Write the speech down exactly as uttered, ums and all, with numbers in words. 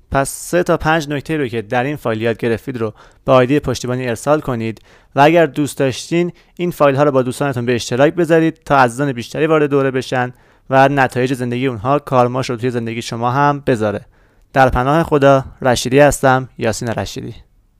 پس سه تا پنج نکته رو که در این فایل یاد گرفتید رو به آیدی پشتیبانی ارسال کنید و اگر دوست داشتین این فایل ها رو با دوستانتون به اشتراک بذارید تا عزیزان بیشتری وارد دوره بشن و نتایج زندگی اونها کارماش رو توی زندگی شما هم بذاره. در پناه خدا. رشیدی هستم، یاسین رشیدی.